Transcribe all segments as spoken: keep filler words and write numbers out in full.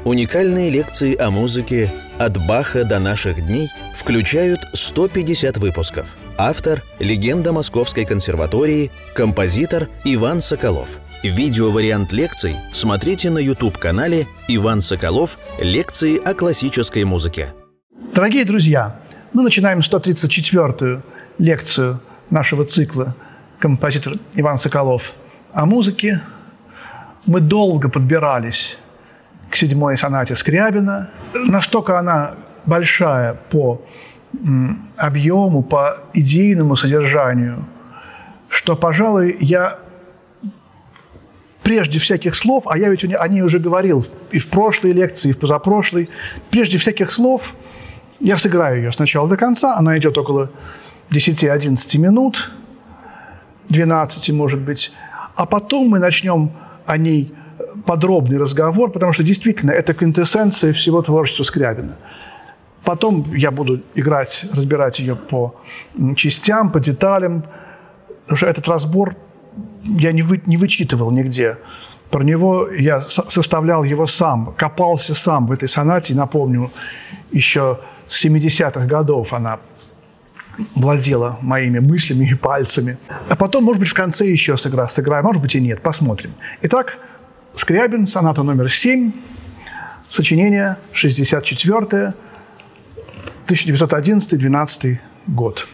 Уникальные лекции о музыке «От Баха до наших дней» включают сто пятьдесят выпусков. Автор – легенда Московской консерватории, композитор Иван Соколов. Видеовариант лекций смотрите на YouTube-канале «Иван Соколов. Лекции о классической музыке». Дорогие друзья, мы начинаем сто тридцать четвёртую лекцию нашего цикла «Композитор Иван Соколов о музыке». Мы долго подбирались к седьмой сонате Скрябина. Настолько она большая по м, объему, по идейному содержанию, что, пожалуй, я прежде всяких слов, а я ведь о ней уже говорил и в прошлой лекции, и в позапрошлой, прежде всяких слов я сыграю ее сначала до конца. Она идет около десяти-одиннадцати минут, двенадцати, может быть. А потом мы начнем о ней подробный разговор, потому что действительно это квинтэссенция всего творчества Скрябина. Потом я буду играть, разбирать ее по частям, по деталям, потому что этот разбор я не, вы, не вычитывал нигде. Про него я составлял его сам, копался сам в этой сонате. Напомню, еще с семидесятых годов она владела моими мыслями и пальцами. А потом, может быть, в конце еще сыграю, сыграю, может быть, и нет. Посмотрим. Итак, Скрябин, соната номер семь, сочинение шестьдесят четвёртое, тысяча девятьсот одиннадцатый — двенадцатый год.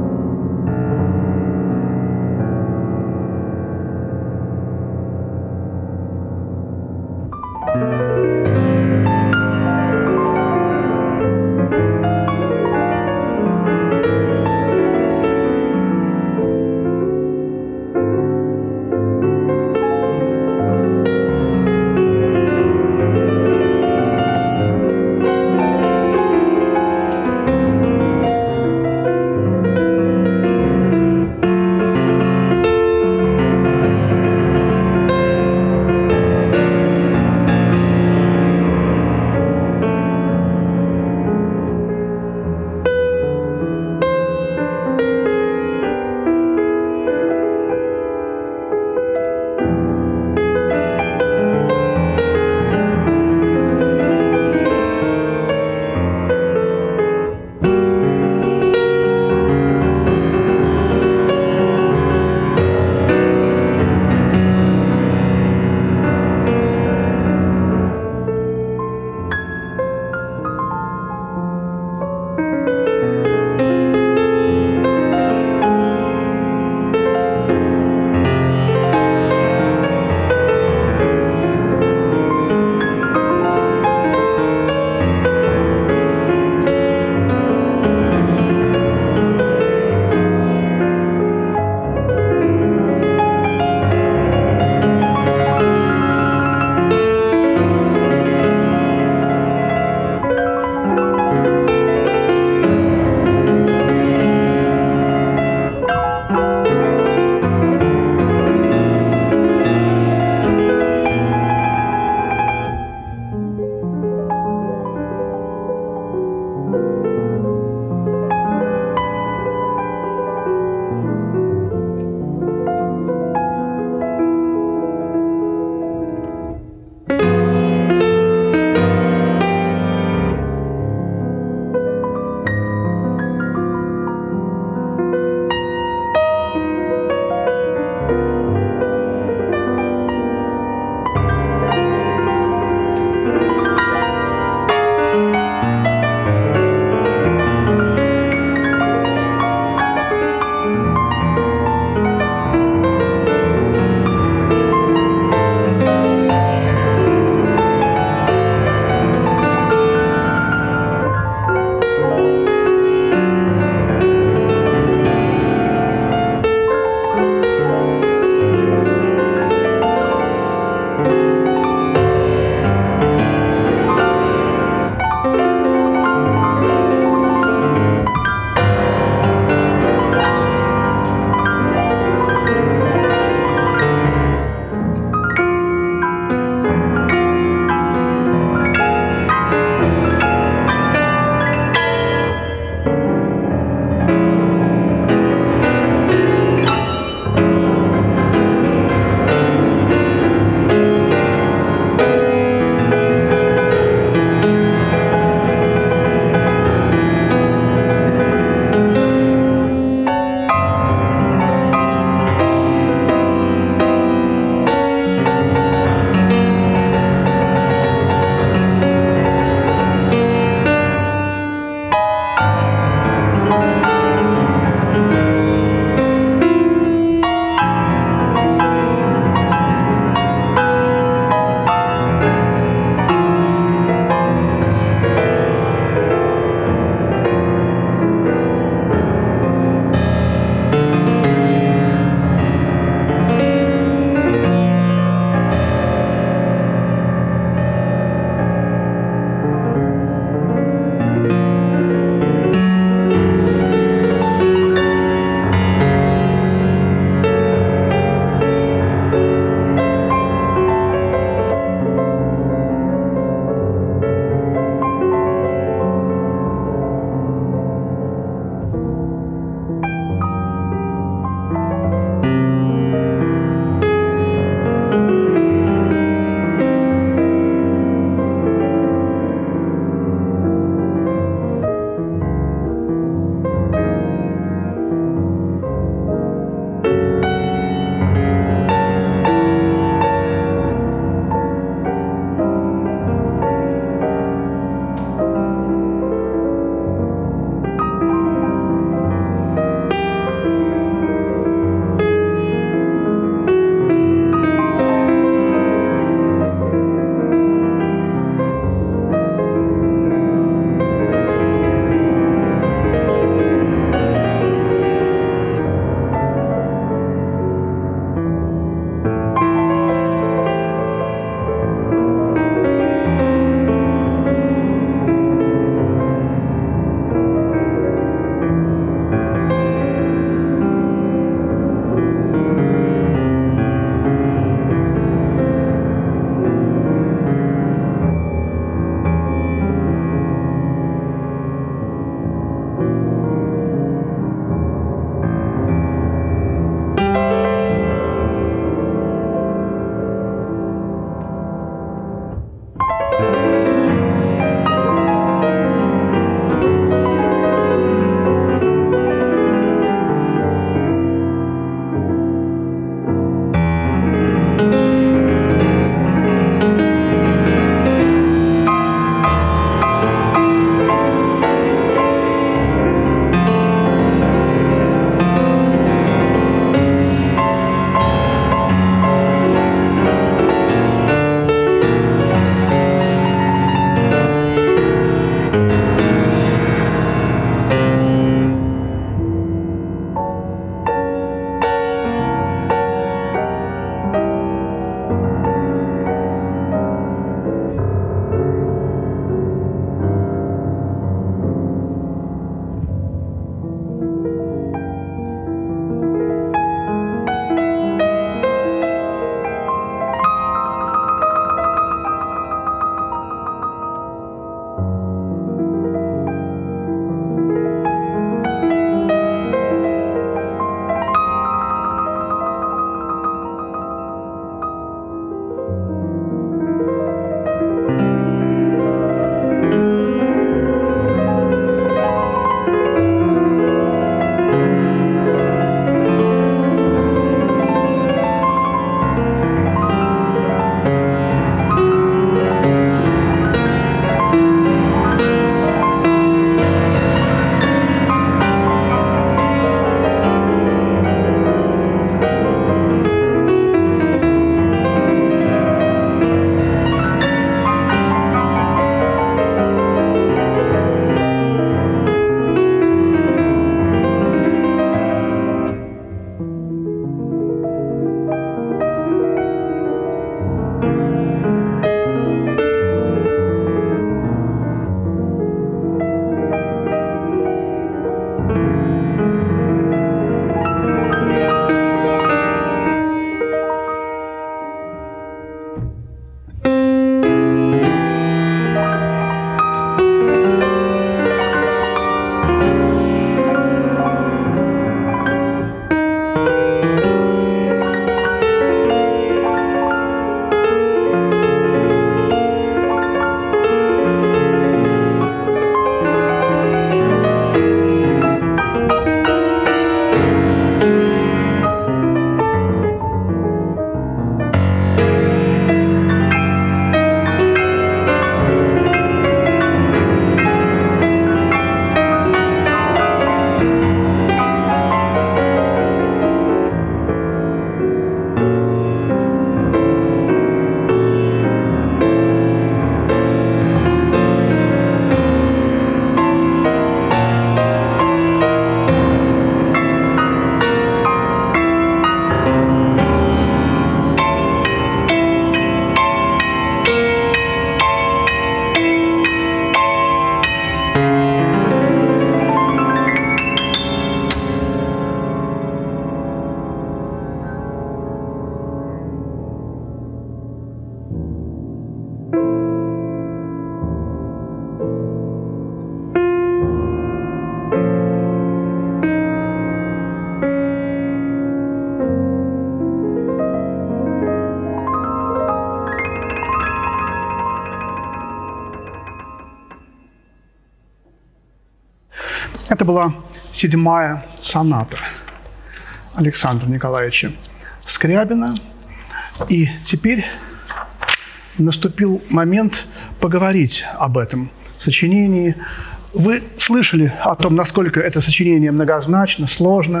Это была седьмая соната Александра Николаевича Скрябина. И теперь наступил момент поговорить об этом сочинении. Вы слышали о том, насколько это сочинение многозначно, сложно.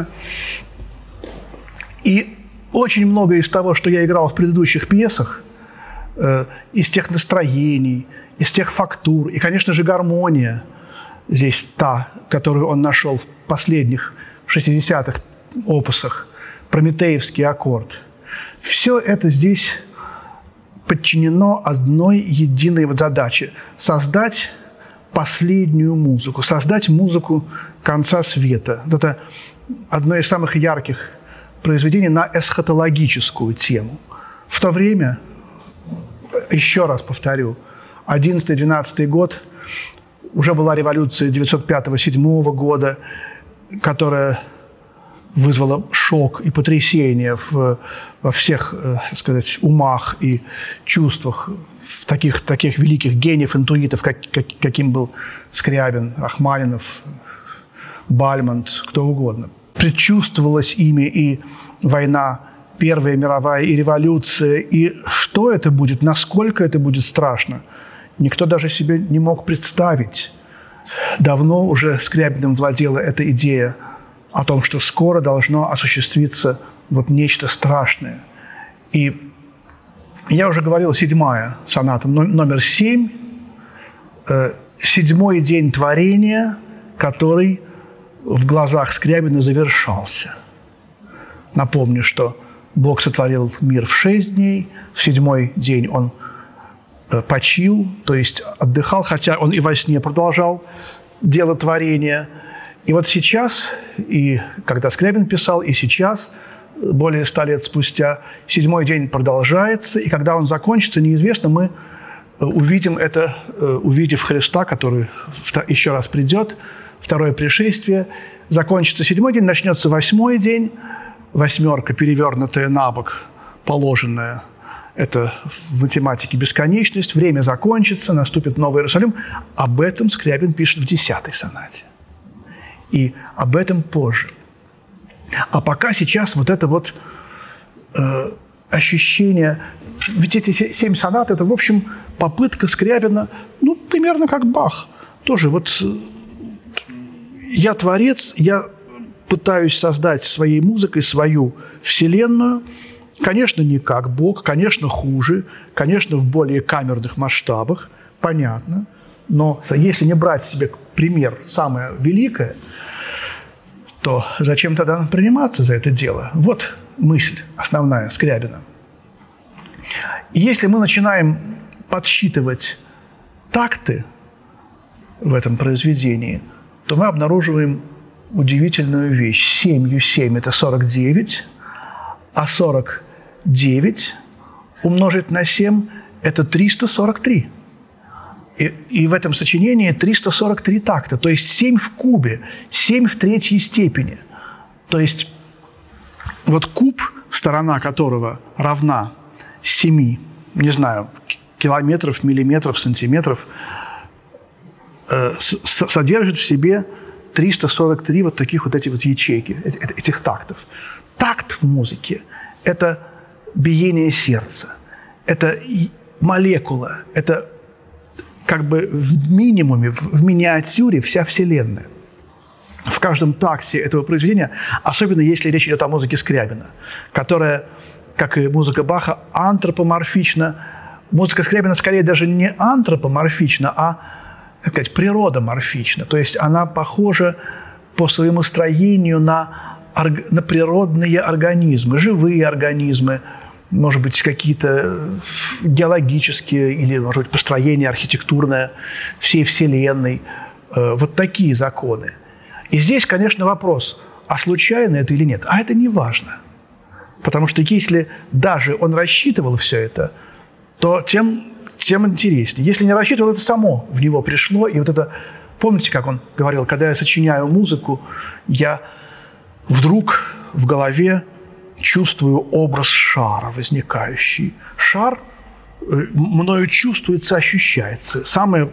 И очень многое из того, что я играл в предыдущих пьесах, э, из тех настроений, из тех фактур, и, конечно же, гармония, здесь та, которую он нашел в последних шестидесятых опусах, прометеевский аккорд. Все это здесь подчинено одной единой вот задаче – создать последнюю музыку, создать музыку конца света. Это одно из самых ярких произведений на эсхатологическую тему. В то время, еще раз повторю, одиннадцатый-двенадцатый год, уже была революция девятьсот пятого — седьмого года, которая вызвала шок и потрясение в, во всех, так сказать, умах и чувствах таких, таких великих гениев, интуитов, как, как, каким был Скрябин, Рахманинов, Бальмонт, кто угодно. Предчувствовалась ими и война Первая мировая, и революция, и что это будет, насколько это будет страшно, никто даже себе не мог представить. Давно уже Скрябиным владела эта идея о том, что скоро должно осуществиться вот нечто страшное. И я уже говорил, седьмая соната, номер семь, э, седьмой день творения, который в глазах Скрябина завершался. Напомню, что Бог сотворил мир в шесть дней, в седьмой день он э, почил, то есть отдыхал, хотя он и во сне продолжал дело творения. И вот сейчас, и когда Скрябин писал, и сейчас, более ста лет спустя, седьмой день продолжается, и когда он закончится, неизвестно, мы увидим это, увидев Христа, который еще раз придет, второе пришествие. Закончится седьмой день, начнется восьмой день, восьмерка, перевернутая на бок, положенная. Это в математике бесконечность, время закончится, наступит Новый Иерусалим. Об этом Скрябин пишет в десятой сонате. И об этом позже. А пока сейчас вот это вот э, ощущение... Ведь эти семь сонат – это, в общем, попытка Скрябина, ну, примерно как Бах. Тоже вот я творец, я пытаюсь создать своей музыкой свою вселенную. Конечно, не как Бог, конечно, хуже, конечно, в более камерных масштабах, понятно. Но если не брать себе пример самое великое, то зачем тогда приниматься за это дело? Вот мысль основная Скрябина. И если мы начинаем подсчитывать такты в этом произведении, то мы обнаруживаем удивительную вещь. семью семь – это сорок девять, а сорок девять умножить на семь – это триста сорок три. И, и в этом сочинении триста сорок три такта, то есть семь в кубе, семь в третьей степени. То есть вот куб, сторона которого равна семи, не знаю, километров, миллиметров, сантиметров, э, с, содержит в себе триста сорок три вот таких вот эти вот ячейки, этих тактов. Такт в музыке – это биение сердца, это молекула, это как бы в минимуме, в миниатюре вся Вселенная. В каждом такте этого произведения, особенно если речь идет о музыке Скрябина, которая, как и музыка Баха, антропоморфична. Музыка Скрябина скорее даже не антропоморфична, а, как сказать, природоморфична. То есть она похожа по своему строению на, на природные организмы, живые организмы, может быть, какие-то геологические или, может быть, построение архитектурное всей Вселенной. Вот такие законы. И здесь, конечно, вопрос, а случайно это или нет? А это не важно. Потому что если даже он рассчитывал все это, то тем, тем интереснее. Если не рассчитывал, это само в него пришло. И вот это, помните, как он говорил, когда я сочиняю музыку, я вдруг в голове чувствую образ шара возникающий. Шар мною чувствуется, ощущается. Самое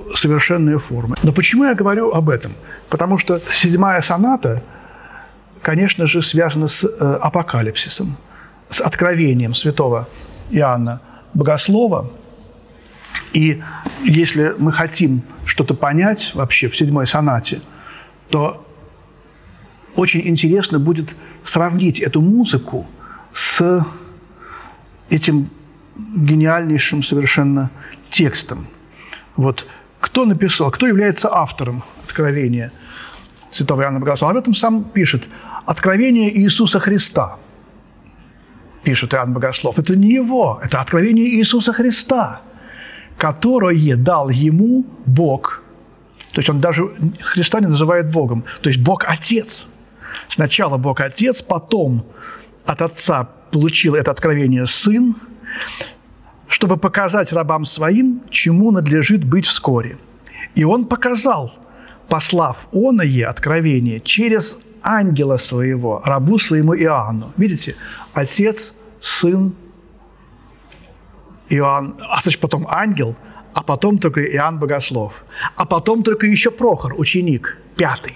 совершенные формы. Но почему я говорю об этом? Потому что седьмая соната, конечно же, связана с э, апокалипсисом, с откровением святого Иоанна Богослова. И если мы хотим что-то понять вообще в седьмой сонате, то очень интересно будет сравнить эту музыку с этим гениальнейшим совершенно текстом. Вот кто написал, кто является автором откровения святого Иоанна Богослова? Об этом сам пишет. «Откровение Иисуса Христа», пишет Иоанн Богослов. Это не его, это откровение Иисуса Христа, которое дал ему Бог. То есть он даже Христа не называет Богом. То есть Бог Отец. Сначала Бог Отец, потом от Отца получил это откровение Сын, чтобы показать рабам своим, чему надлежит быть вскоре. И он показал, послав оное откровение через ангела своего, рабу своему Иоанну. Видите? Отец, Сын, Иоанн, а значит, потом ангел, а потом только Иоанн Богослов, а потом только еще Прохор, ученик, пятый.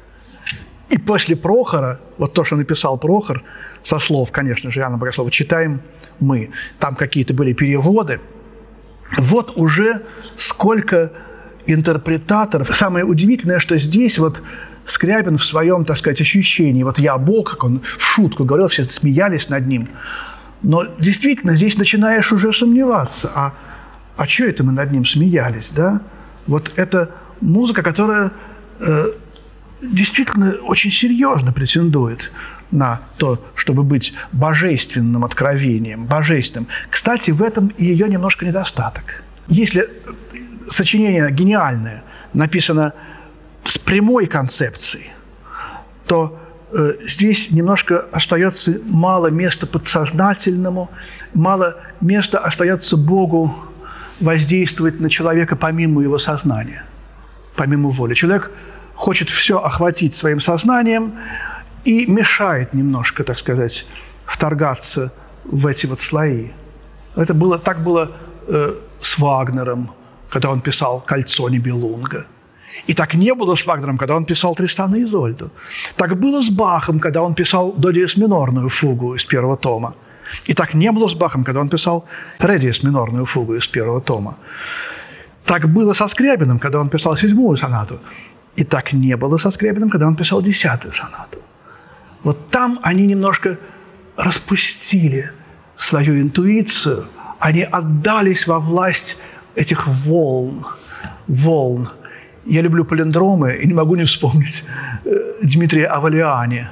И после Прохора, вот то, что написал Прохор, со слов, конечно же, Иоанна Богослова, читаем мы. Там какие-то были переводы. Вот уже сколько интерпретаторов. Самое удивительное, что здесь вот Скрябин в своем, так сказать, ощущении, вот я Бог, как он в шутку говорил, все смеялись над ним. Но действительно здесь начинаешь уже сомневаться. А, а что это мы над ним смеялись, да? Вот это музыка, которая э, действительно очень серьезно претендует на то, чтобы быть божественным откровением, божественным. Кстати, в этом и ее немножко недостаток. Если сочинение гениальное написано с прямой концепцией, то э, здесь немножко остается мало места подсознательному, мало места остается Богу воздействовать на человека помимо его сознания, помимо воли. Человек хочет все охватить своим сознанием и мешает немножко, так сказать, вторгаться в эти вот слои. Это было, так было э, с Вагнером, когда он писал «Кольцо Нибелунга». И так не было с Вагнером, когда он писал «Тристана и Изольду». Так было с Бахом, когда он писал «До диез минорную фугу» из первого тома. И так не было с Бахом, когда он писал «Ре диез минорную фугу» из первого тома. Так было со Скрябиным, когда он писал седьмую сонату. И так не было со Скрябиным, когда он писал десятую сонату. Вот там они немножко распустили свою интуицию, они отдались во власть этих волн, волн. Я люблю палиндромы и не могу не вспомнить Дмитрия Авалиани.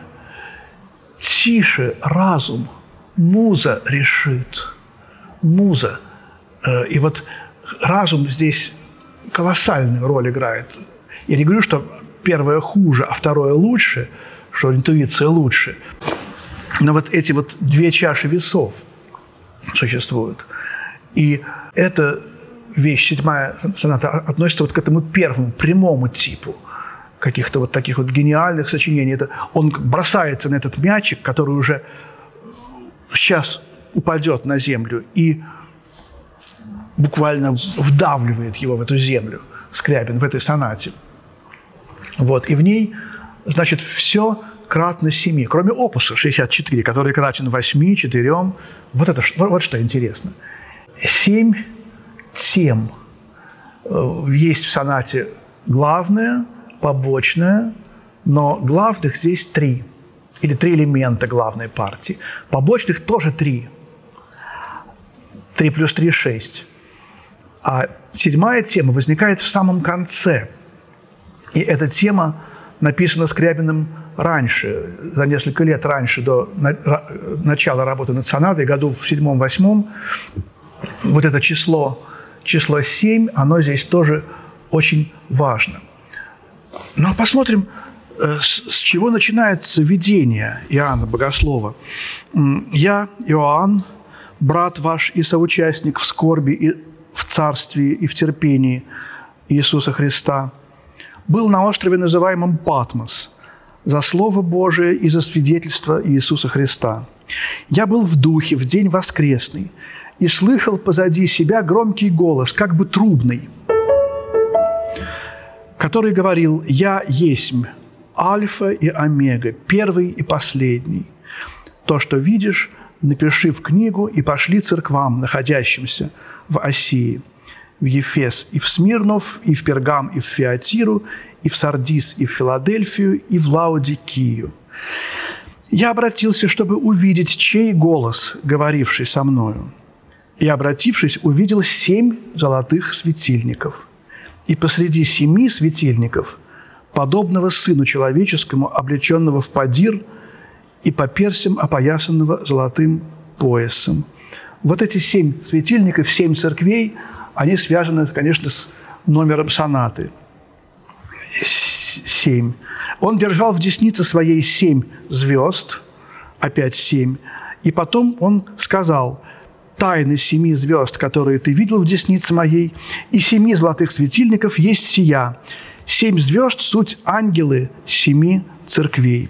Тише, разум, муза решит. Муза. И вот разум здесь колоссальную роль играет. Я не говорю, что первое хуже, а второе лучше, что интуиция лучше. Но вот эти вот две чаши весов существуют. И эта вещь, седьмая соната, относится вот к этому первому, прямому типу каких-то вот таких вот гениальных сочинений. Это он бросается на этот мячик, который уже сейчас упадет на землю, и буквально вдавливает его в эту землю, Скрябин, в этой сонате. Вот. И в ней, значит, все кратно семи, кроме опуса шестьдесят четыре, который кратен восьми, четырем. Вот, это, вот что интересно. Семь тем есть в сонате главное, побочное, но главных здесь три. Или три элемента главной партии. Побочных тоже три. Три плюс три – шесть. А седьмая тема возникает в самом конце. И эта тема написана Скрябиным раньше, за несколько лет раньше, до начала работы над сонатой, году в седьмом-восьмом. Вот это число, число семь, оно здесь тоже очень важно. Но посмотрим, с, с чего начинается видение Иоанна Богослова. «Я, Иоанн, брат ваш и соучастник в скорби и в царстве и в терпении Иисуса Христа, был на острове, называемом Патмос, за Слово Божие и за свидетельство Иисуса Христа. Я был в духе в день воскресный и слышал позади себя громкий голос, как бы трубный. который говорил: «Я есмь, альфа и омега, первый и последний. То, что видишь, напиши в книгу и пошли церквам, находящимся в Осии, в Ефес и в Смирнов, и в Пергам, и в Фиатиру, и в Сардис, и в Филадельфию, и в Лаодикию. Я обратился, чтобы увидеть, чей голос, говоривший со мною. И, обратившись, увидел семь золотых светильников. И посреди семи светильников, подобного Сыну Человеческому, облеченного в подир и по персям опоясанного золотым поясом». Вот эти семь светильников, семь церквей, они связаны, конечно, с номером сонаты. Семь. Он держал в деснице своей семь звезд, опять семь, и потом он сказал: «Тайны семи звезд, которые ты видел в деснице моей, и семи золотых светильников есть сия. Семь звезд – суть ангелы семи церквей».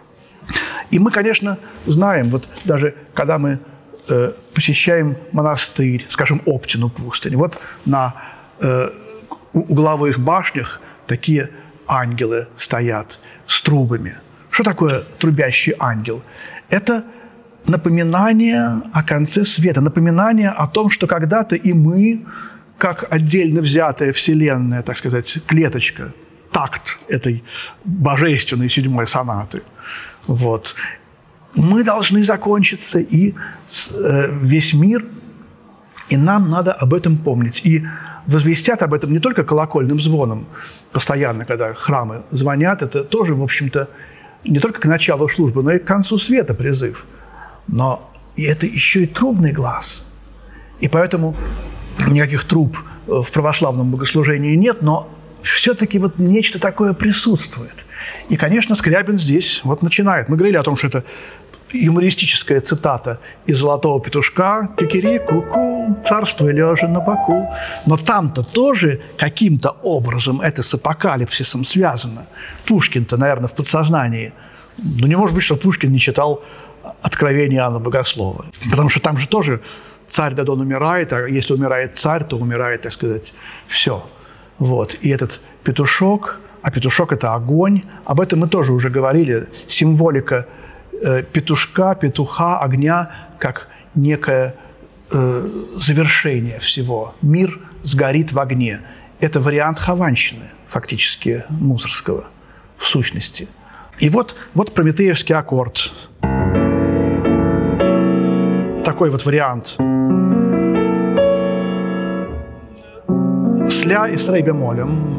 И мы, конечно, знаем, вот даже когда мы э, посещаем монастырь, скажем, Оптину пустынь, вот на э, угловых башнях такие ангелы стоят с трубами. Что такое трубящий ангел? Это напоминание о конце света, напоминание о том, что когда-то и мы, как отдельно взятая вселенная, так сказать, клеточка, такт этой божественной седьмой сонаты, вот, мы должны закончиться, и э, весь мир, и нам надо об этом помнить. И возвестят об этом не только колокольным звоном, постоянно, когда храмы звонят, это тоже, в общем-то, не только к началу службы, но и к концу света призыв. Но и это еще и трубный глас. И поэтому никаких труб в православном богослужении нет, но все-таки вот нечто такое присутствует. И, конечно, Скрябин здесь вот начинает. Мы говорили о том, что это юмористическая цитата из «Золотого петушка» «Кикири, ку-ку, царствуй лежа на боку». Но там-то тоже каким-то образом это с апокалипсисом связано. Пушкин-то, наверное, в подсознании. Ну, не может быть, что Пушкин не читал «Откровение Иоанна Богослова». Потому что там же тоже царь Дадон умирает, а если умирает царь, то умирает, так сказать, все. Вот. И этот петушок, а петушок – это огонь, об этом мы тоже уже говорили, символика петушка, петуха, огня, как некое э, завершение всего. Мир сгорит в огне. Это вариант хованщины, фактически, Мусоргского, в сущности. И вот, вот прометеевский аккорд. Такой вот вариант. С ля и с рей бемолем.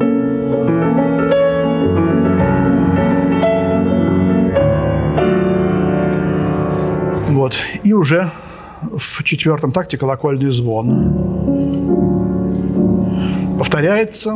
Вот. И уже в четвертом такте колокольный звон. Повторяется.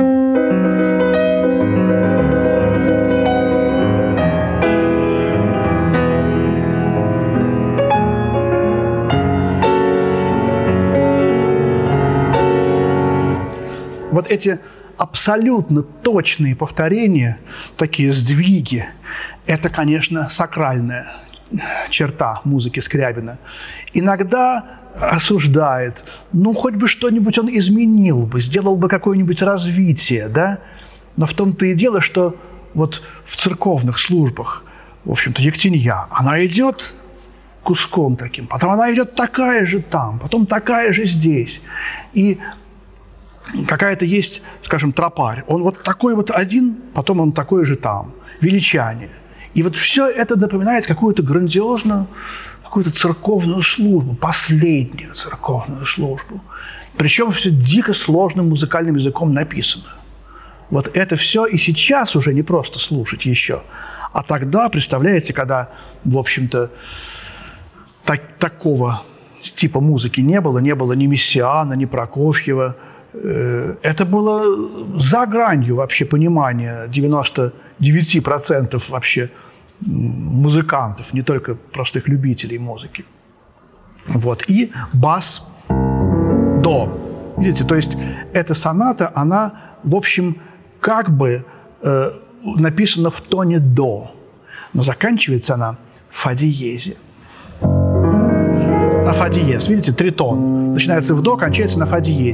Вот эти абсолютно точные повторения, такие сдвиги, это, конечно, сакральная черта музыки Скрябина. Иногда осуждает, ну, хоть бы что-нибудь он изменил бы, сделал бы какое-нибудь развитие, да? Но в том-то и дело, что вот в церковных службах, в общем-то, Ектинья, она идет куском таким, потом она идет такая же там, потом такая же здесь. И какая-то есть, скажем, тропарь. Он вот такой вот один, потом он такой же там. Величание. И вот все это напоминает какую-то грандиозную, какую-то церковную службу, последнюю церковную службу. Причем все дико сложным музыкальным языком написано. Вот это все и сейчас уже не просто слушать еще. А тогда, представляете, когда, в общем-то, так, такого типа музыки не было, не было ни Мессиана, ни Прокофьева, э, это было за гранью вообще понимания девяноста девяти процентов вообще музыкантов, не только простых любителей музыки. Вот. И бас до. Видите, то есть эта соната, она, в общем, как бы э, написана в тоне до, но заканчивается она в фа диезе. На фа диез. Видите, тритон. Начинается в до, кончается на фа диезе.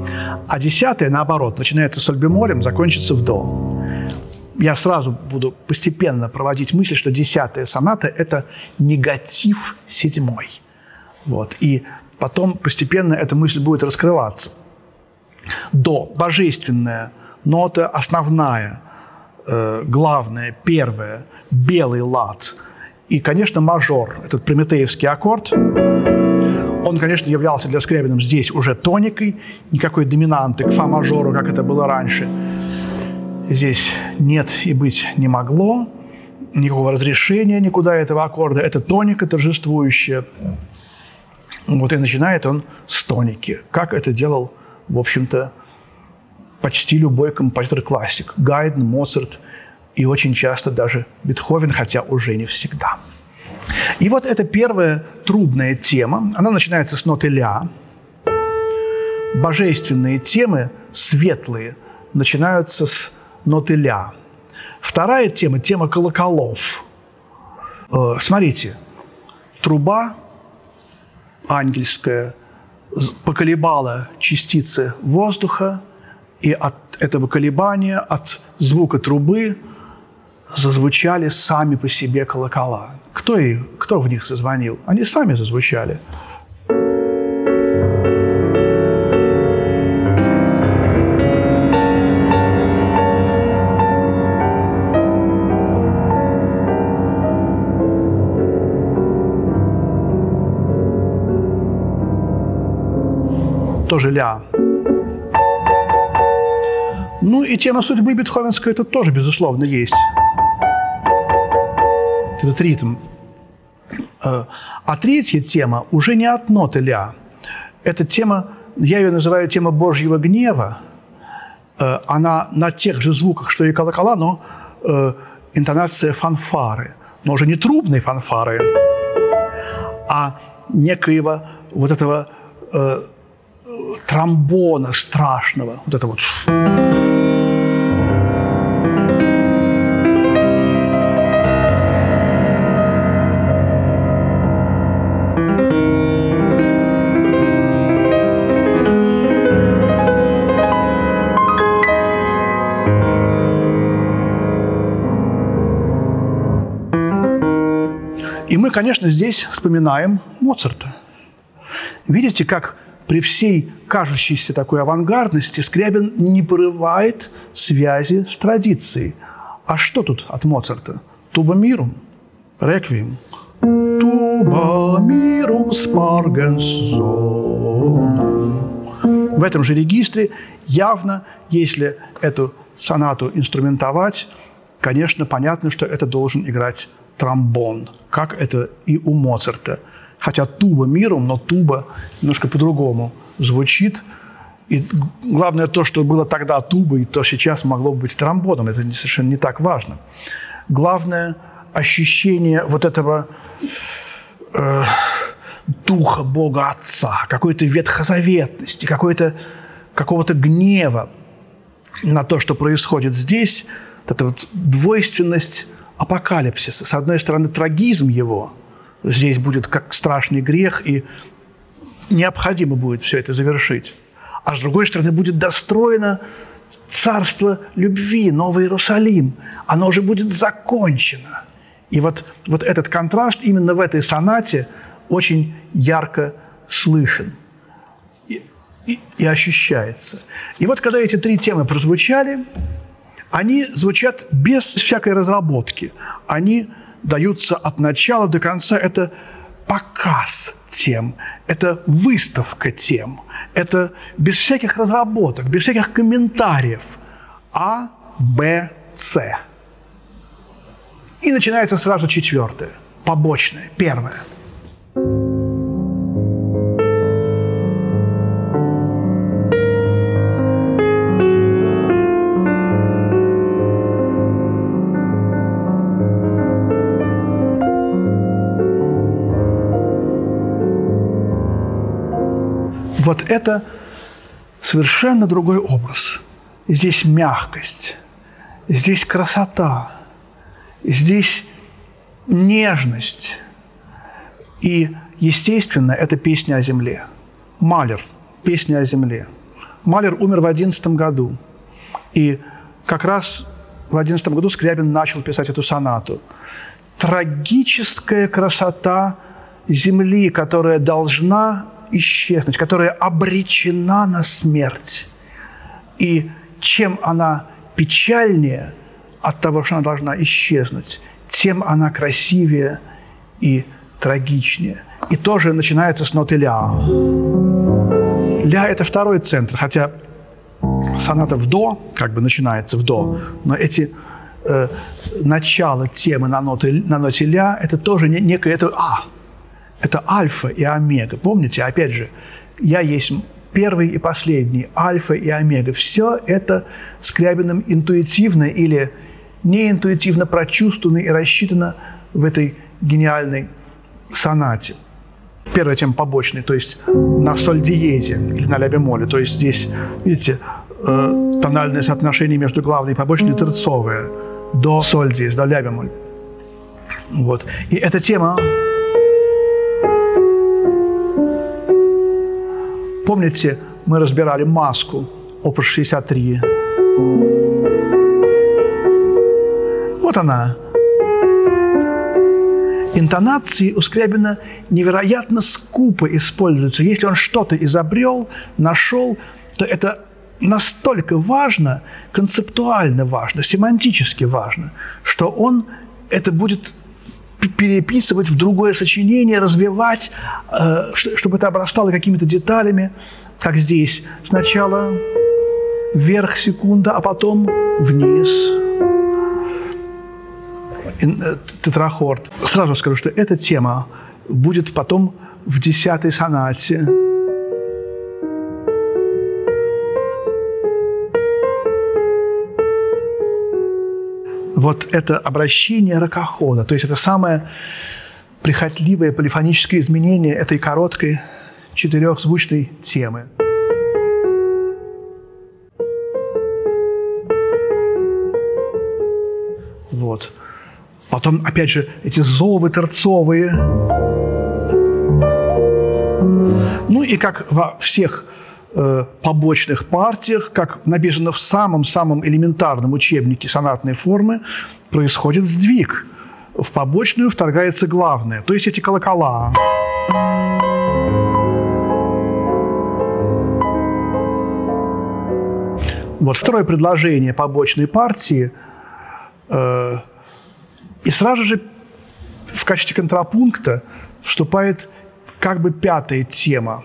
А десятая, наоборот, начинается с соль бемолем, закончится в до. Я сразу буду постепенно проводить мысль, что десятая соната – это негатив седьмой. Вот. И потом постепенно эта мысль будет раскрываться. До – божественная, нота основная, э, главная, первая, белый лад. И, конечно, мажор, этот прометеевский аккорд. Он, конечно, являлся для Скрябина здесь уже тоникой, никакой доминанты к фа-мажору, как это было раньше, здесь нет и быть не могло, никакого разрешения никуда этого аккорда. Это тоника торжествующая. Вот и начинает он с тоники, как это делал, в общем-то, почти любой композитор-классик. Гайден, Моцарт и очень часто даже Бетховен, хотя уже не всегда. И вот эта первая трубная тема, она начинается с ноты ля. Божественные темы, светлые, начинаются с ноты ля. Вторая тема – тема колоколов. Э, смотрите, труба ангельская поколебала частицы воздуха, и от этого колебания, от звука трубы зазвучали сами по себе колокола. Кто, и, кто в них зазвонил? Они сами зазвучали. Тоже ля. Ну и тема судьбы бетховенская тут тоже, безусловно, есть. Этот ритм. А третья тема уже не от ноты ля. Эта тема, я ее называю тема Божьего гнева. Она на тех же звуках, что и колокола, но интонация фанфары. Но уже не трубной фанфары, а некоего вот этого э, тромбона страшного. Вот это вот. И мы, конечно, здесь вспоминаем Моцарта. Видите, как при всей кажущейся такой авангардности Скрябин не порывает связи с традицией. А что тут от Моцарта? Туба мирум, реквием. Туба мирум спаргенс зонум. В этом же регистре явно, если эту сонату инструментовать, конечно, понятно, что это должен играть тромбон, как это и у Моцарта. Хотя туба мирум, но туба немножко по-другому звучит. И главное то, что было тогда тубой, то сейчас могло быть тромбоном. Это совершенно не так важно. Главное ощущение вот этого э, духа Бога Отца, какой-то ветхозаветности, какой-то, какого-то гнева на то, что происходит здесь. Вот эта вот двойственность апокалипсиса. С одной стороны, трагизм его. Здесь будет как страшный грех, и необходимо будет все это завершить. А с другой стороны, будет достроено царство любви, Новый Иерусалим. Оно уже будет закончено. И вот, вот этот контраст именно в этой сонате очень ярко слышен и, и, и ощущается. И вот когда эти три темы прозвучали, они звучат без всякой разработки. Они даются от начала до конца. Это показ тем, это выставка тем, это без всяких разработок, без всяких комментариев. А, Б, С. И начинается сразу четвертое, побочное, первое. Вот это совершенно другой образ. Здесь мягкость, здесь красота, здесь нежность. И, естественно, это песня о земле. Малер – песня о земле. Малер умер в одиннадцатом году. И как раз в одиннадцатом году Скрябин начал писать эту сонату. Трагическая красота земли, которая должна исчезнуть, которая обречена на смерть. И чем она печальнее от того, что она должна исчезнуть, тем она красивее и трагичнее. И тоже начинается с ноты ля. Ля – это второй центр, хотя соната в до, как бы начинается в до, но эти э, начало темы на, ноты, на ноте ля – это тоже не, некое, это а, это альфа и омега. Помните, опять же, я есть первый и последний, альфа и омега. Все это Скрябиным интуитивно или неинтуитивно прочувствовано и рассчитано в этой гениальной сонате. Первая тема побочная, то есть на соль диезе или на ля бемоле. То есть здесь, видите, э, тональное соотношение между главной и побочной терцовое. До соль диез, до ля бемоль. Вот. И эта тема... Помните, мы разбирали маску, опус шестьдесят три. Вот она. Интонации у Скрябина невероятно скупо используются. Если он что-то изобрел, нашел, то это настолько важно, концептуально важно, семантически важно, что он это будет переписывать в другое сочинение, развивать, э, чтобы это обрастало какими-то деталями, как здесь. Сначала вверх секунда, а потом вниз. Тетрахорд. Сразу скажу, что эта тема будет потом в десятой сонате. Вот это обращение ракохода, то есть это самое прихотливое полифоническое изменение этой короткой четырехзвучной темы. Вот. Потом, опять же, эти зовы терцовые. Ну и как во всех э, побочных партиях, как написано в самом-самом элементарном учебнике сонатной формы, происходит сдвиг. В побочную вторгается главное, то есть эти колокола. Вот второе предложение побочной партии э, и сразу же в качестве контрапункта вступает как бы пятая тема.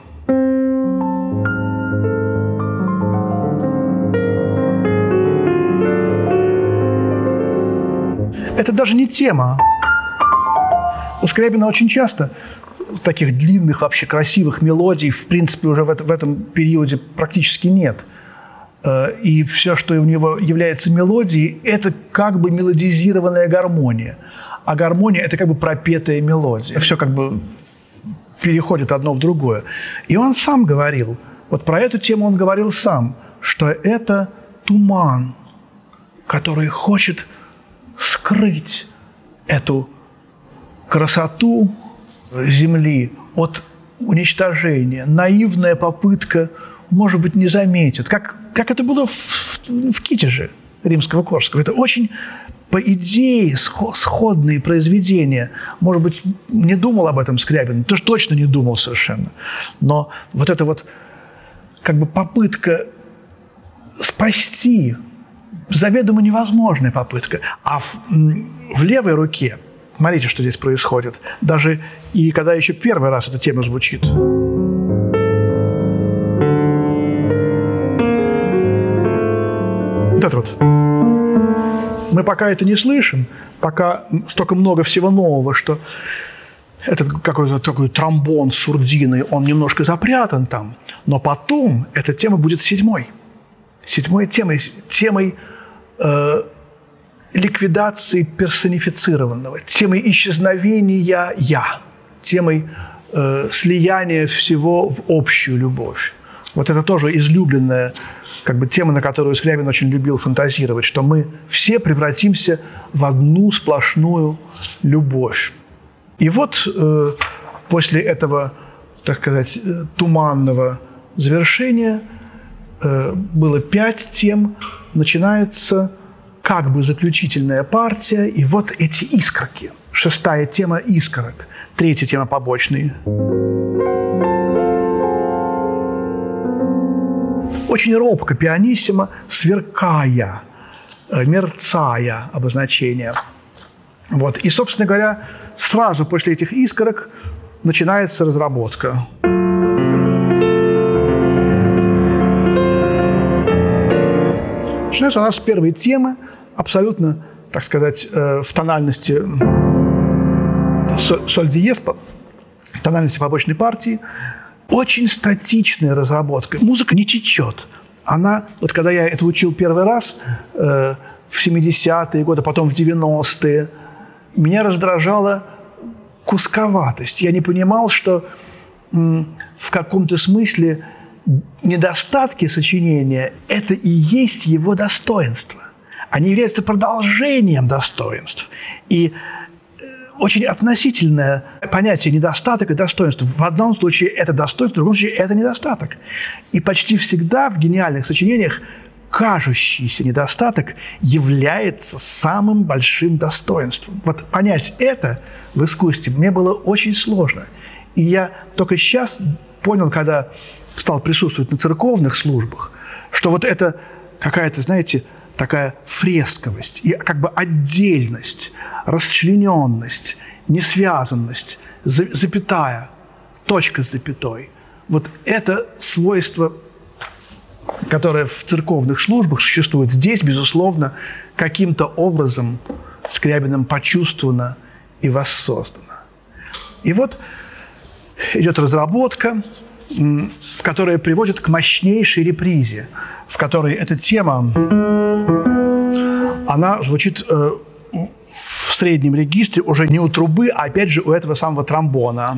Это даже не тема. У Скрябина очень часто таких длинных, вообще красивых мелодий, в принципе, уже в, это, в этом периоде практически нет. И все, что у него является мелодией, это как бы мелодизированная гармония. А гармония – это как бы пропетая мелодия. Все как бы переходит одно в другое. И он сам говорил, вот про эту тему он говорил сам, что это туман, который хочет скрыть эту красоту земли от уничтожения. Наивная попытка, может быть, не заметит. Как, как это было в, в, в Китеже Римского-Корского. Это очень, по идее, сходные произведения. Может быть, не думал об этом Скрябин, тоже точно не думал совершенно. Но вот эта вот как бы попытка спасти, заведомо невозможная попытка. А в, в левой руке, смотрите, что здесь происходит, даже и когда еще первый раз эта тема звучит. Вот это вот. Мы пока это не слышим, пока столько много всего нового, что этот какой-то такой тромбон с сурдиной, он немножко запрятан там, но потом эта тема будет седьмой. Седьмой темой, темой э, ликвидации персонифицированного, темой исчезновения «я», темой э, слияния всего в общую любовь. Вот это тоже излюбленная как бы тема, на которую Скрябин очень любил фантазировать, что мы все превратимся в одну сплошную любовь. И вот э, после этого, так сказать, туманного завершения э, было пять тем, начинается как бы заключительная партия, и вот эти искорки. Шестая тема – искорок, третья тема – побочные. Очень робко, пианиссимо, сверкая, мерцая обозначение. Вот. И, собственно говоря, сразу после этих искорок начинается разработка. Начинается у нас с первой темы, абсолютно, так сказать, в тональности соль диез, в тональности побочной партии. Очень статичная разработка. Музыка не течет. Она, вот когда я это учил первый раз э, в семидесятые годы, потом в девяностые, меня раздражала кусковатость. Я не понимал, что м, в каком-то смысле недостатки сочинения – это и есть его достоинство. Они являются продолжением достоинств. И очень относительное понятие недостаток и достоинство. В одном случае это достоинство, в другом случае это недостаток. И почти всегда в гениальных сочинениях кажущийся недостаток является самым большим достоинством. Вот понять это в искусстве мне было очень сложно. И я только сейчас понял, когда стал присутствовать на церковных службах, что вот это какая-то, знаете, такая фресковость и как бы отдельность, расчлененность, несвязанность, запятая, точка с запятой. Вот это свойство, которое в церковных службах существует здесь, безусловно, каким-то образом Скрябиным почувствовано и воссоздано. И вот идет разработка, которая приводит к мощнейшей репризе, в которой эта тема, она звучит э, в среднем регистре уже не у трубы, а опять же у этого самого тромбона.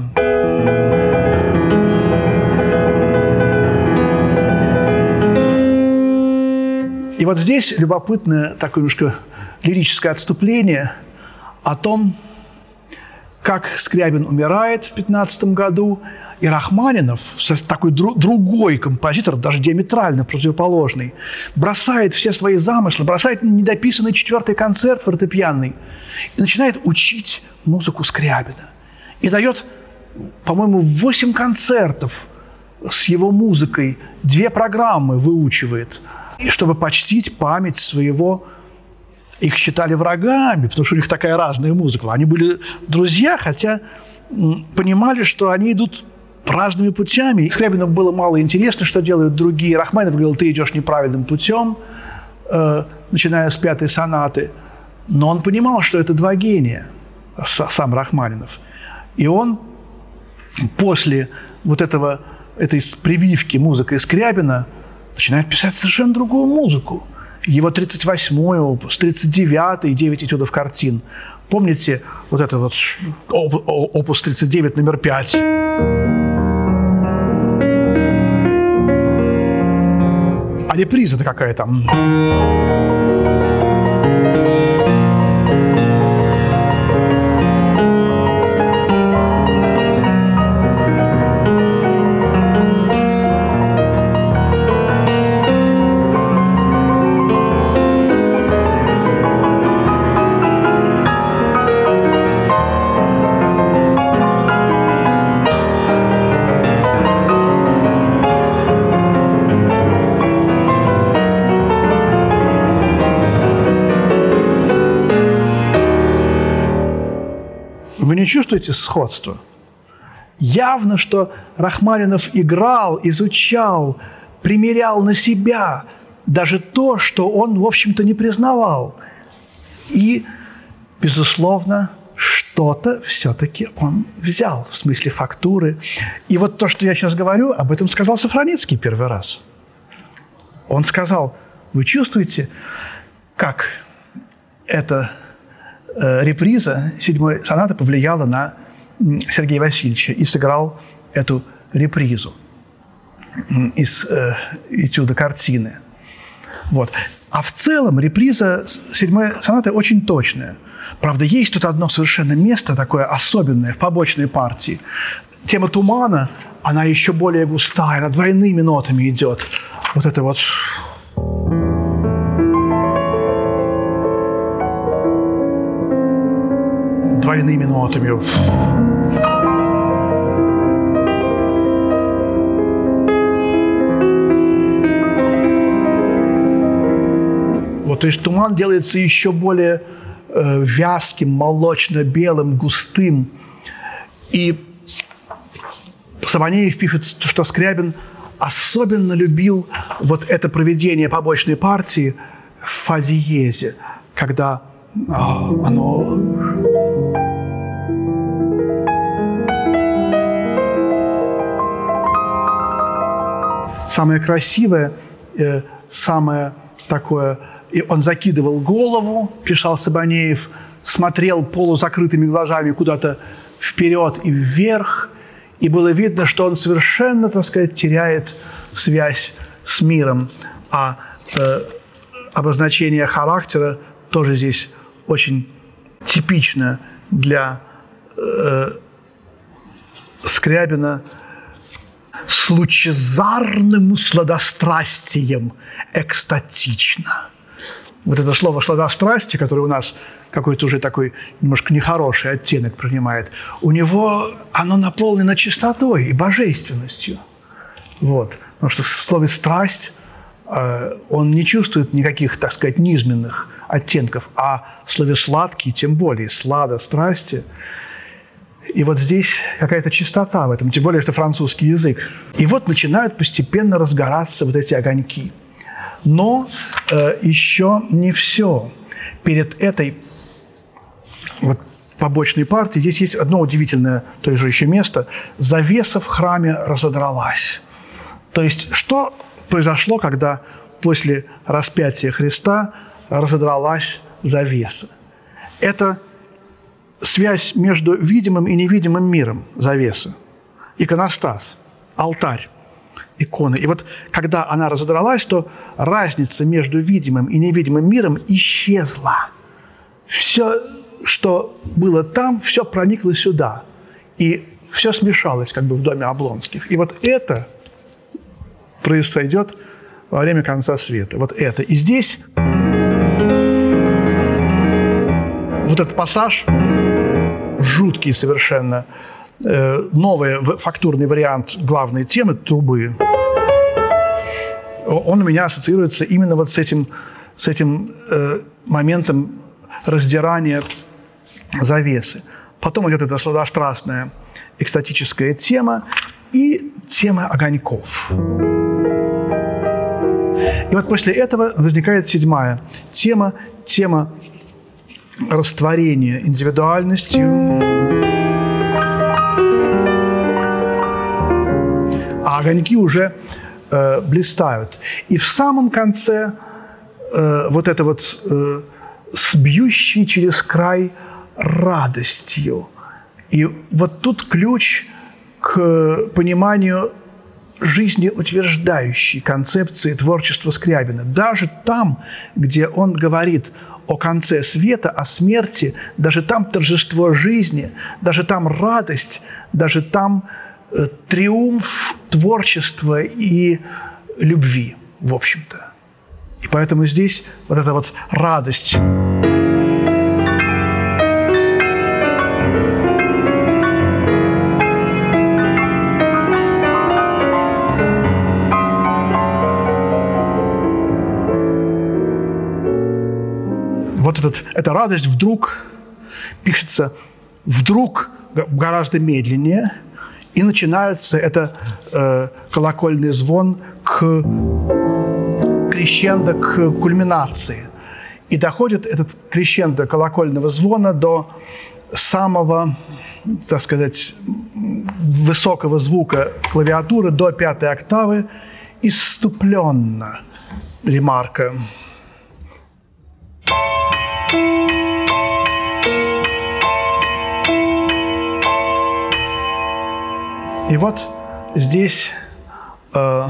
И вот здесь любопытное такое немножко лирическое отступление о том, как Скрябин умирает в пятнадцатом году, и Рахманинов, такой дру- другой композитор, даже диаметрально противоположный, бросает все свои замыслы, бросает недописанный четвертый концерт фортепианный и начинает учить музыку Скрябина. И дает, по-моему, восемь концертов с его музыкой, две программы выучивает, чтобы почтить память своего. Их считали врагами, потому что у них такая разная музыка. Они были друзья, хотя понимали, что они идут разными путями. Скрябину было мало интересно, что делают другие. Рахманинов говорил, ты идешь неправильным путем, э, начиная с пятой сонаты. Но он понимал, что это два гения, сам Рахманинов. И он после вот этого, этой прививки музыкой Скрябина начинает писать совершенно другую музыку. Его тридцать восьмой опус, тридцать девятый, девять этюдов картин. Помните вот это вот опус тридцать девять, номер пять? А реприза-то какая там? Вы не чувствуете сходства? Явно, что Рахманинов играл, изучал, примерял на себя даже то, что он, в общем-то, не признавал. И, безусловно, что-то все-таки он взял в смысле фактуры. И вот то, что я сейчас говорю, об этом сказал Сафроницкий первый раз. Он сказал, вы чувствуете, как это... реприза седьмой сонаты повлияла на Сергея Васильевича и сыграл эту репризу из э, этюда картины. Вот. А в целом реприза седьмой сонаты очень точная. Правда, есть тут одно совершенно место такое особенное в побочной партии. тема тумана, она еще более густая, она двойными нотами идет. Вот это вот. Двойными нотами. Вот, то есть туман делается еще более э, вязким, молочно-белым, густым. И Сабанеев пишет, что Скрябин особенно любил вот это проведение побочной партии в фа диезе, когда э, оно... Самое красивое, э, самое такое... И он закидывал голову, писал Сабанеев, смотрел полузакрытыми глазами куда-то вперед и вверх, и было видно, что он совершенно, так сказать, теряет связь с миром. А э, обозначение характера тоже здесь очень типично для э, Скрябина. С лучезарным сладострастием экстатично. Вот это слово «сладострастие», которое у нас какой-то уже такой немножко нехороший оттенок принимает, у него оно наполнено чистотой и божественностью. Вот. Потому что в слове «страсть» э, он не чувствует никаких, так сказать, низменных оттенков, а в слове «сладкий» тем более «сладострастие». И вот здесь какая-то чистота в этом, тем более, что французский язык. И вот начинают постепенно разгораться вот эти огоньки. Но э, еще не все. Перед этой вот побочной партией здесь есть одно удивительное, то же еще место. Завеса в храме разодралась. То есть что произошло, когда после распятия Христа разодралась завеса? Это связь между видимым и невидимым миром, завеса, иконостас, алтарь, иконы. И вот когда она разодралась, то разница между видимым и невидимым миром исчезла. Все, что было там, все проникло сюда. И все смешалось как бы в доме Облонских. И вот это произойдет во время конца света. Вот это. И здесь вот этот пассаж, жуткий совершенно, э, новый фактурный вариант главной темы трубы, он у меня ассоциируется именно вот с этим, с этим э, моментом раздирания завесы. Потом идет эта сладострастная экстатическая тема и тема огоньков. И вот после этого возникает седьмая тема, тема растворения индивидуальностью. А огоньки уже э, блистают. И в самом конце э, вот это вот э, с бьющей через край радостью. И вот тут ключ к пониманию жизнеутверждающей концепции творчества Скрябина. Даже там, где он говорит о конце света, о смерти, даже там торжество жизни, даже там радость, даже там э, триумф творчества и любви, в общем-то. И поэтому здесь вот эта вот радость. Вот этот, эта радость вдруг пишется вдруг гораздо медленнее, и начинается это э, колокольный звон к крещендо, к кульминации. И доходит этот крещендо колокольного звона до самого, так сказать, высокого звука клавиатуры, до пятой октавы, исступленно. Ремарка. И вот здесь э,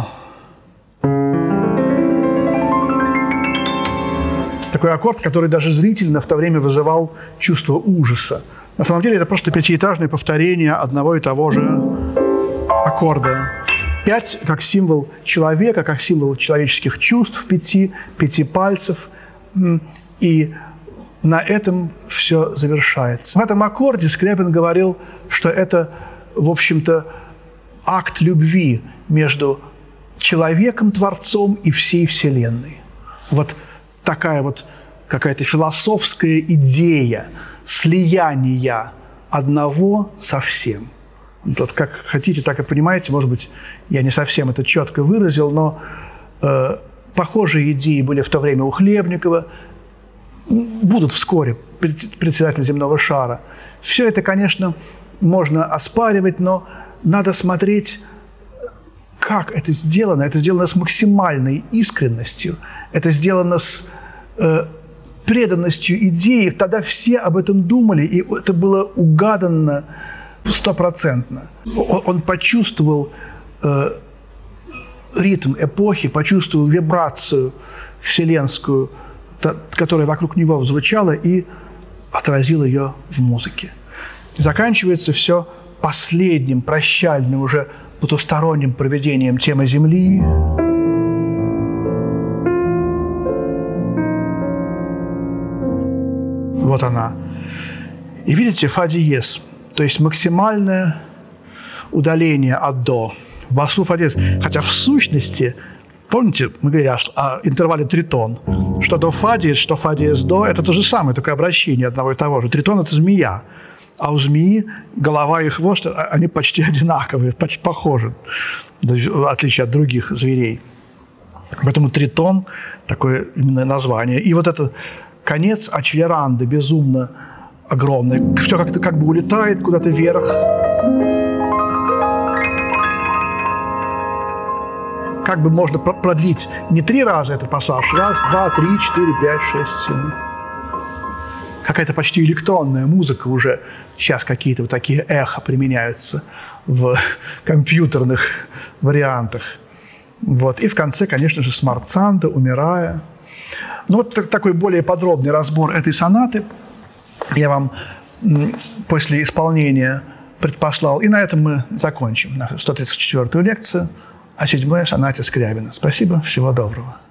такой аккорд, который даже зрительно в то время вызывал чувство ужаса. На самом деле это просто пятиэтажное повторение одного и того же аккорда. Пять как символ человека, как символ человеческих чувств, пяти, пяти пальцев. И на этом все завершается. В этом аккорде Скрябин говорил, что это, в общем-то, акт любви между человеком-творцом и всей Вселенной. Вот такая вот какая-то философская идея слияния одного со всем. Вот как хотите, так и понимаете. Может быть, я не совсем это четко выразил, но э, похожие идеи были в то время у Хлебникова, будут вскоре председатель земного шара. Все это, конечно, можно оспаривать, но надо смотреть, как это сделано. Это сделано с максимальной искренностью, это сделано с э, преданностью идеи. Тогда все об этом думали, и это было угадано стопроцентно. Он, он почувствовал э, ритм эпохи, почувствовал вибрацию вселенскую, та, которая вокруг него звучала, и отразил ее в музыке. Заканчивается все последним, прощальным, уже потусторонним проведением темы Земли. Вот она. И видите, фа диез, то есть максимальное удаление от до. В басу фа диез. Хотя в сущности, помните, мы говорили о, о интервале тритон, что до фа диез, что фа диез до, это то же самое, только обращение одного и того же. Тритон – это змея. А у змеи голова и хвост, они почти одинаковые, почти похожи, в отличие от других зверей. Поэтому тритон – такое именно название. И вот это конец Ачелеранды безумно огромный. Все как-то как бы улетает куда-то вверх. Как бы можно продлить не три раза этот пассаж. Раз, два, три, четыре, пять, шесть, семь. Какая-то почти электронная музыка уже. Сейчас какие-то вот такие эхо применяются в компьютерных вариантах. Вот. И в конце, конечно же, Смарцанда, умирая. Ну, вот такой более подробный разбор этой сонаты я вам после исполнения предпослал. И на этом мы закончим нашу сто тридцать четвёртую лекцию о седьмой сонате Скрябина. Спасибо, всего доброго.